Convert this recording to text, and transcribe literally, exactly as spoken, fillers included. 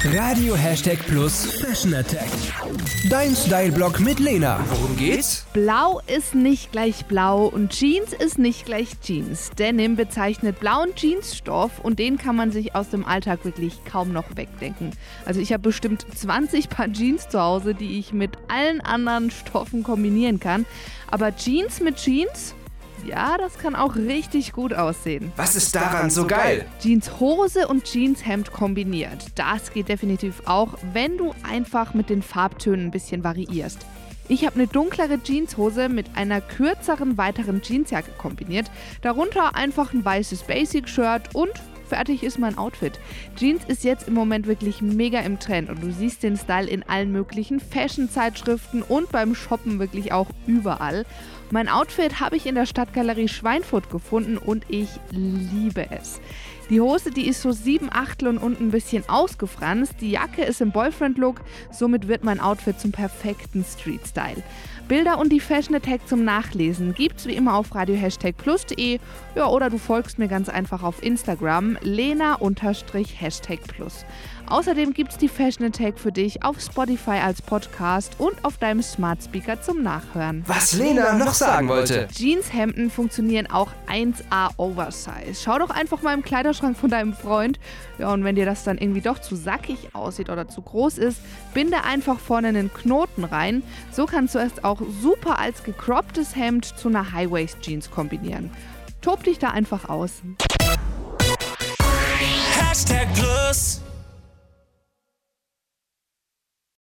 Radio Hashtag Plus Fashion Attack. Dein Style-Blog mit Lena. Worum geht's? Blau ist nicht gleich blau und Jeans ist nicht gleich Jeans. Denim bezeichnet blauen Jeansstoff und den kann man sich aus dem Alltag wirklich kaum noch wegdenken. Also ich habe bestimmt zwanzig Paar Jeans zu Hause, die ich mit allen anderen Stoffen kombinieren kann. Aber Jeans mit Jeans? Ja, das kann auch richtig gut aussehen. Was ist daran so geil? Jeanshose und Jeanshemd kombiniert. Das geht definitiv auch, wenn du einfach mit den Farbtönen ein bisschen variierst. Ich habe eine dunklere Jeanshose mit einer kürzeren, weiteren Jeansjacke kombiniert. Darunter einfach ein weißes Basic-Shirt und fertig ist mein Outfit. Jeans ist jetzt im Moment wirklich mega im Trend und du siehst den Style in allen möglichen Fashion-Zeitschriften und beim Shoppen wirklich auch überall. Mein Outfit habe ich in der Stadtgalerie Schweinfurt gefunden und ich liebe es. Die Hose, die ist so sieben Achtel und unten ein bisschen ausgefranst. Die Jacke ist im Boyfriend-Look, somit wird mein Outfit zum perfekten Street-Style. Bilder und die Fashion Attack zum Nachlesen gibt's wie immer auf radio hashtag plus punkt de, ja, oder du folgst mir ganz einfach auf Instagram lena Hashtag plus. Außerdem gibt's die Fashion Attack für dich auf Spotify als Podcast und auf deinem Smart Speaker zum Nachhören. Was Lena noch sagen wollte. Jeanshemden funktionieren auch eins A Oversize. Schau doch einfach mal im Kleiderschrank von deinem Freund. Ja, und wenn dir das dann irgendwie doch zu sackig aussieht oder zu groß ist, binde einfach vorne einen Knoten rein. So kannst du es auch super als gecropptes Hemd zu einer High-Waist-Jeans kombinieren. Tob dich da einfach aus. Hashtag Plus.